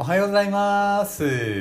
はようございます。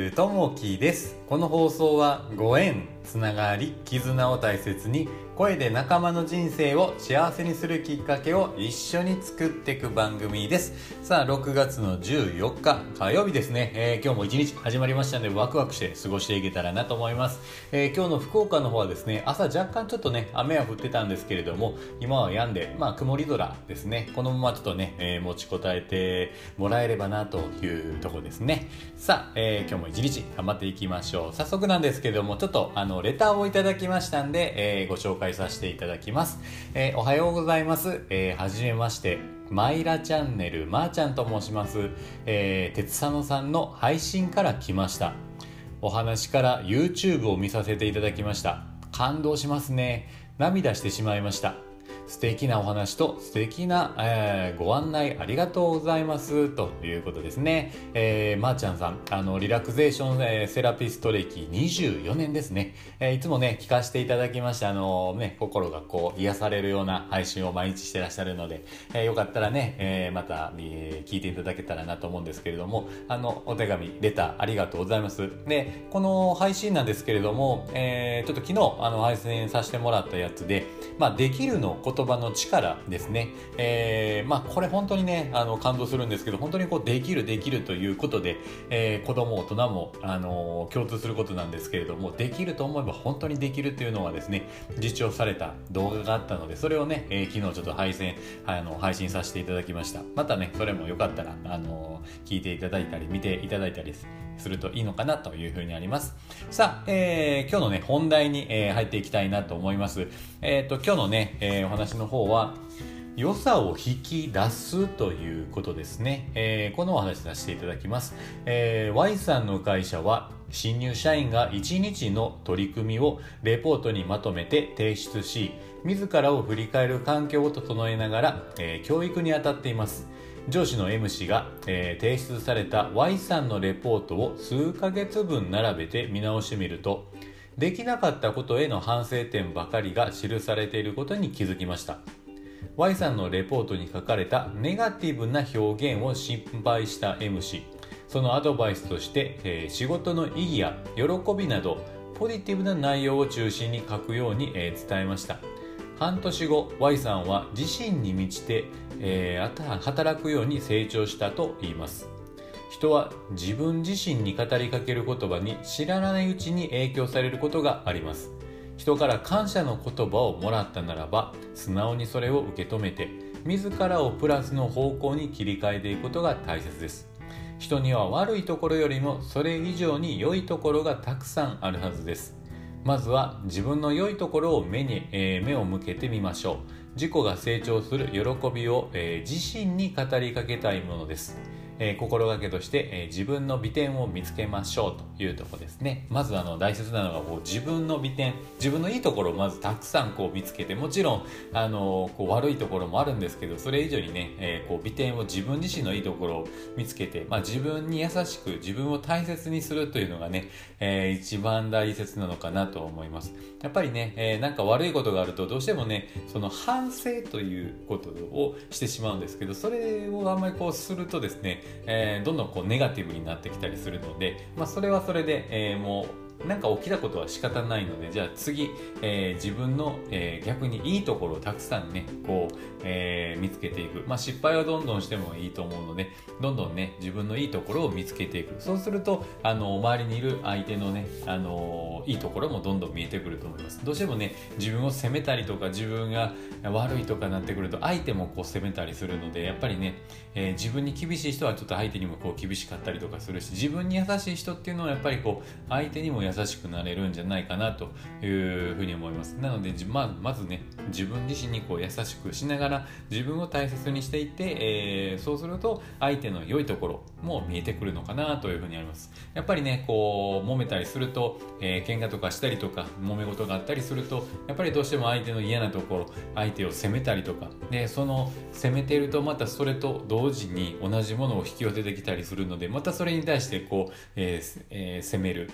ともきです。この放送はご縁、つながり、絆を大切に声で仲間の人生を幸せにするきっかけを一緒に作っていく番組です。さあ6月の14日火曜日ですね、今日も一日始まりましたのでワクワクして過ごしていけたらなと思います。今日の福岡の方はですね、朝若干ちょっとね雨は降ってたんですけれども、今は止んで曇り空ですね。このままちょっとね、持ちこたえてもらえればなというところですね。さあ、今日も一日頑張っていきましょう。早速なんですけれども、ちょっとレターをいただきましたんで、ご紹介させていただきます。おはようございます。はじめまして、マイラチャンネルまーちゃんと申します。鉄佐野さんの配信から来ました。お話から YouTube を見させていただきました。感動しますね。涙してしまいました。素敵なお話と素敵な、ご案内ありがとうございますということですね。まーちゃんさん、リラクゼーション、セラピスト歴24年ですね。いつもね聞かせていただきまして、心がこう癒されるような配信を毎日してらっしゃるので、よかったらね、また、聞いていただけたらなと思うんですけれども、お手紙レターありがとうございます。でこの配信なんですけれども、ちょっと昨日配信させてもらったやつで、できるの言葉の力ですね。これ本当にね感動するんですけど、本当にこうできるということで、子供大人も共通することなんですけれども、できると思えば本当にできるというのはですね、実証された動画があったので、それをね、昨日ちょっと配信させていただきました。またねそれもよかったら聞いていただいたり見ていただいたりするといいのかなというふうにあります。さあ、今日のね本題に、入っていきたいなと思います。今日のね、お話の方は良さを引き出すということですね。このお話させていただきます。Y さんの会社は新入社員が1日の取り組みをレポートにまとめて提出し、自らを振り返る環境を整えながら、教育に当たっています。上司の M 氏が、提出された Y さんのレポートを数ヶ月分並べて見直してみると、できなかったことへの反省点ばかりが記されていることに気づきました。Y さんのレポートに書かれたネガティブな表現を心配した M 氏、そのアドバイスとして、仕事の意義や喜びなどポジティブな内容を中心に書くように、伝えました。半年後 Y さんは自身に満ちて、働くように成長したと言います。人は自分自身に語りかける言葉に知らないうちに影響されることがあります。人から感謝の言葉をもらったならば、素直にそれを受け止めて自らをプラスの方向に切り替えていくことが大切です。人には悪いところよりもそれ以上に良いところがたくさんあるはずです。まずは自分の良いところを目を向けてみましょう。自己が成長する喜びを、自身に語りかけたいものです。心がけとして、自分の美点を見つけましょうというところですね。まず大切なのが自分の美点、自分のいいところをまずたくさん見つけて、もちろん悪いところもあるんですけど、それ以上にね、美点を自分自身のいいところを見つけて、自分に優しく自分を大切にするというのがね、一番大切なのかなと思います。やっぱりね、なんか悪いことがあるとどうしてもね、その反省ということをしてしまうんですけど、それをあんまりするとですね、どんどんネガティブになってきたりするので、それはそれで、もうなんか起きたことは仕方ないので、じゃあ次、自分の、逆にいいところをたくさんね見つけていく。失敗はどんどんしてもいいと思うので、どんどんね自分のいいところを見つけていく。そうすると周りにいる相手のねいいところもどんどん見えてくると思います。どうしてもね自分を責めたりとか自分が悪いとかなってくると相手も責めたりするので、やっぱりね、自分に厳しい人はちょっと相手にも厳しかったりとかするし、自分に優しい人っていうのはやっぱり相手にも優しくなれるんじゃないかなというふうに思います。なのでまずね自分自身に優しくしながら自分を大切にしていって、そうすると相手の良いところも見えてくるのかなというふうにあります。やっぱりね揉めたりすると、喧嘩とかしたりとか揉め事があったりすると、やっぱりどうしても相手の嫌なところ、相手を責めたりとかで、その責めているとまたそれと同時に同じものを引き寄せてきたりするので、またそれに対して責める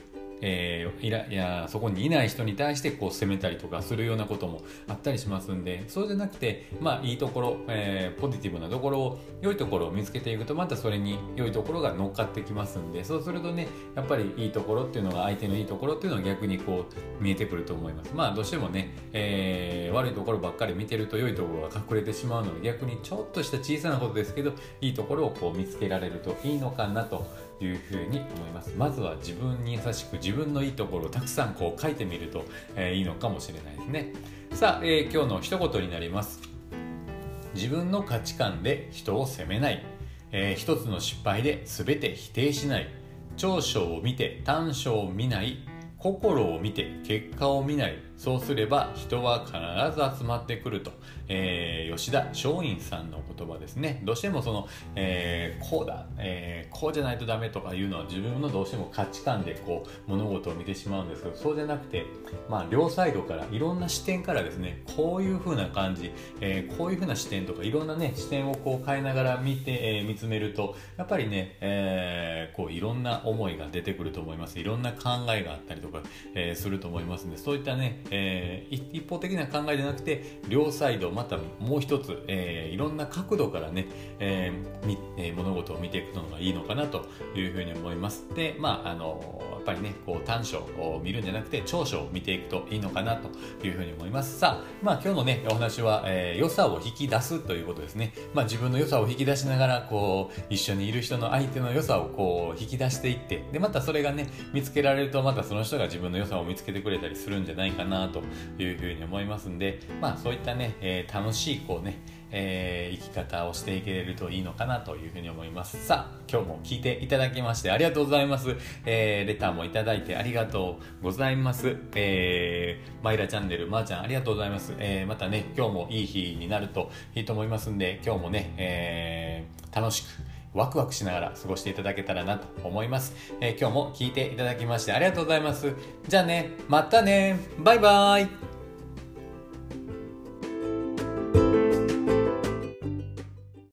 そこにいない人に対してこう責めたりとかするようなこともあったりしますんで、そうじゃなくていいところ、ポジティブなところを、良いところを見つけていくと、またそれに良いところが乗っかってきますんで、そうするとね、やっぱりいいところっていうのが、相手のいいところっていうのは逆にこう見えてくると思います。どうしてもね、悪いところばっかり見てると良いところが隠れてしまうので、逆にちょっとした小さなことですけど、いいところをこう見つけられるといいのかなというふうに思います。まずは自分に優しく、自分のいいところをたくさんこう書いてみると、いいのかもしれないですね。さあ、今日の一言になります。自分の価値観で人を責めない、一つの失敗で全て否定しない、長所を見て短所を見ない、心を見て結果を見ない、そうすれば人は必ず集まってくると、吉田松陰さんの言葉ですね。どうしてもその、こうだ、こうじゃないとダメとかいうのは自分のどうしても価値観でこう物事を見てしまうんですけど、そうじゃなくて、両サイドからいろんな視点からですね、こういう風な感じ、こういう風な視点とかいろんなね視点をこう変えながら見つめると、やっぱりね、こういろんな思いが出てくると思います。いろんな考えがあったりとか、すると思いますので、そういったね、一方的な考えじゃなくて、両サイドまたもう一つ、いろんな角度からね、物事を見ていくのがいいのかなというふうに思います。で、やっぱりね、こう短所を見るんじゃなくて長所を見ていくといいのかなというふうに思います。さあ、今日のねお話は、良さを引き出すということですね。自分の良さを引き出しながら、こう一緒にいる人の相手の良さをこう引き出していって、でまたそれがね見つけられると、またその人が自分の良さを見つけてくれたりするんじゃないかなというふうに思いますんで、そういったね、楽しいこうね、生き方をしていけれるといいのかなというふうに思います。さあ、今日も聞いていただきましてありがとうございます。レターもいただいてありがとうございます。マイラチャンネルまーちゃんありがとうございます。またね、今日もいい日になるといいと思いますんで、今日もね、楽しくワクワクしながら過ごしていただけたらなと思います。今日も聞いていただきましてありがとうございます。じゃあね、またね、バイバイ。